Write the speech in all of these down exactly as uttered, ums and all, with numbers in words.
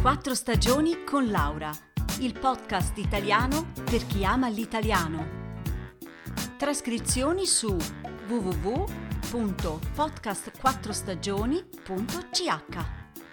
Quattro stagioni con Laura, il podcast italiano per chi ama l'italiano. Trascrizioni su w w w punto podcast quattro stagioni punto c h.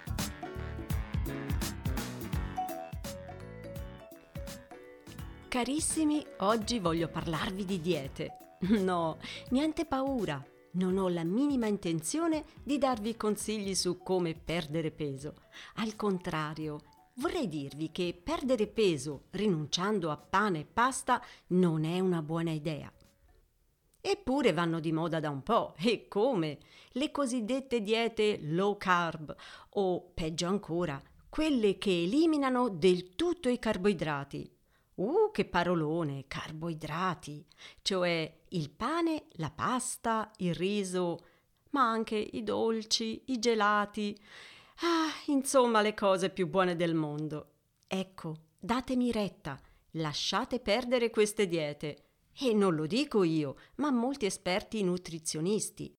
Carissimi, oggi voglio parlarvi di diete. No, niente paura. Non ho la minima intenzione di darvi consigli su come perdere peso. Al contrario, vorrei dirvi che perdere peso rinunciando a pane e pasta non è una buona idea. Eppure vanno di moda da un po', e come? Le cosiddette diete low carb o, peggio ancora, quelle che eliminano del tutto i carboidrati. Uh, che parolone, carboidrati, cioè il pane, la pasta, il riso, ma anche i dolci, i gelati, ah, insomma le cose più buone del mondo. Ecco, datemi retta, lasciate perdere queste diete. E non lo dico io, ma molti esperti nutrizionisti.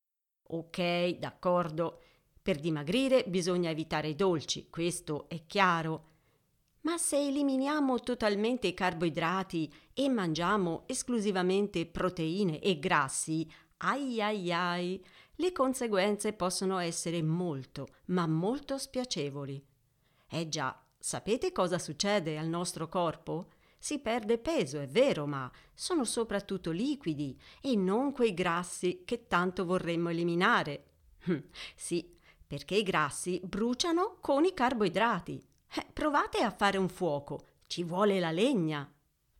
Ok, d'accordo, per dimagrire bisogna evitare i dolci, questo è chiaro. Ma se eliminiamo totalmente i carboidrati e mangiamo esclusivamente proteine e grassi, ai ai ai, le conseguenze possono essere molto, ma molto spiacevoli. Eh già, sapete cosa succede al nostro corpo? Si perde peso, è vero, ma sono soprattutto liquidi e non quei grassi che tanto vorremmo eliminare. Sì, perché i grassi bruciano con i carboidrati. Eh, provate a fare un fuoco, ci vuole la legna.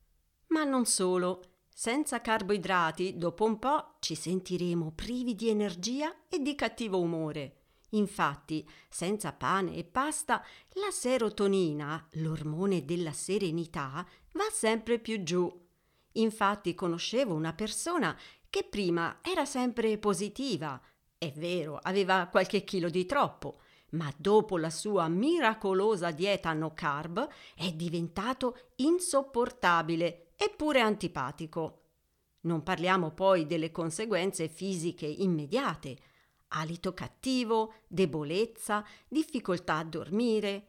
Ma non solo, senza carboidrati dopo un po' ci sentiremo privi di energia e di cattivo umore. Infatti, senza pane e pasta, la serotonina, l'ormone della serenità, va sempre più giù. Infatti conoscevo una persona che prima era sempre positiva. È vero, aveva qualche chilo di troppo, ma dopo la sua miracolosa dieta no carb è diventato insopportabile eppure antipatico. Non parliamo poi delle conseguenze fisiche immediate: alito cattivo, debolezza, difficoltà a dormire.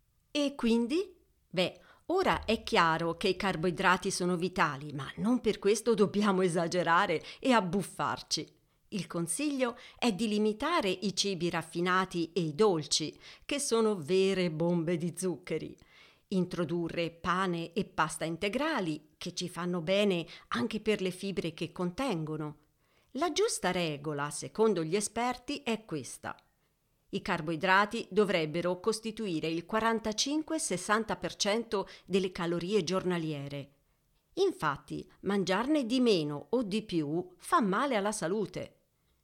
E quindi? Beh, ora è chiaro che i carboidrati sono vitali, ma non per questo dobbiamo esagerare e abbuffarci. Il consiglio è di limitare i cibi raffinati e i dolci, che sono vere bombe di zuccheri. Introdurre pane e pasta integrali, che ci fanno bene anche per le fibre che contengono. La giusta regola, secondo gli esperti, è questa. I carboidrati dovrebbero costituire il quarantacinque sessanta per cento delle calorie giornaliere. Infatti, mangiarne di meno o di più fa male alla salute.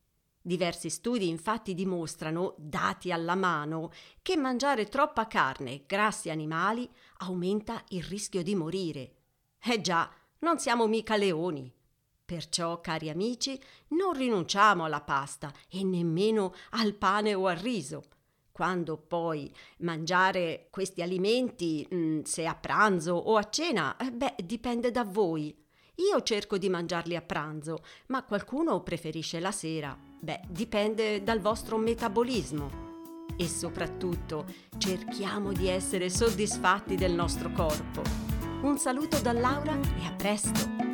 Diversi studi infatti dimostrano, dati alla mano, che mangiare troppa carne e grassi animali aumenta il rischio di morire. Eh già, non siamo mica leoni. Perciò, cari amici, non rinunciamo alla pasta e nemmeno al pane o al riso. Quando poi mangiare questi alimenti, mh, se a pranzo o a cena, eh, beh, dipende da voi. Io cerco di mangiarli a pranzo, ma qualcuno preferisce la sera. Beh, dipende dal vostro metabolismo. E soprattutto cerchiamo di essere soddisfatti del nostro corpo. Un saluto da Laura e a presto!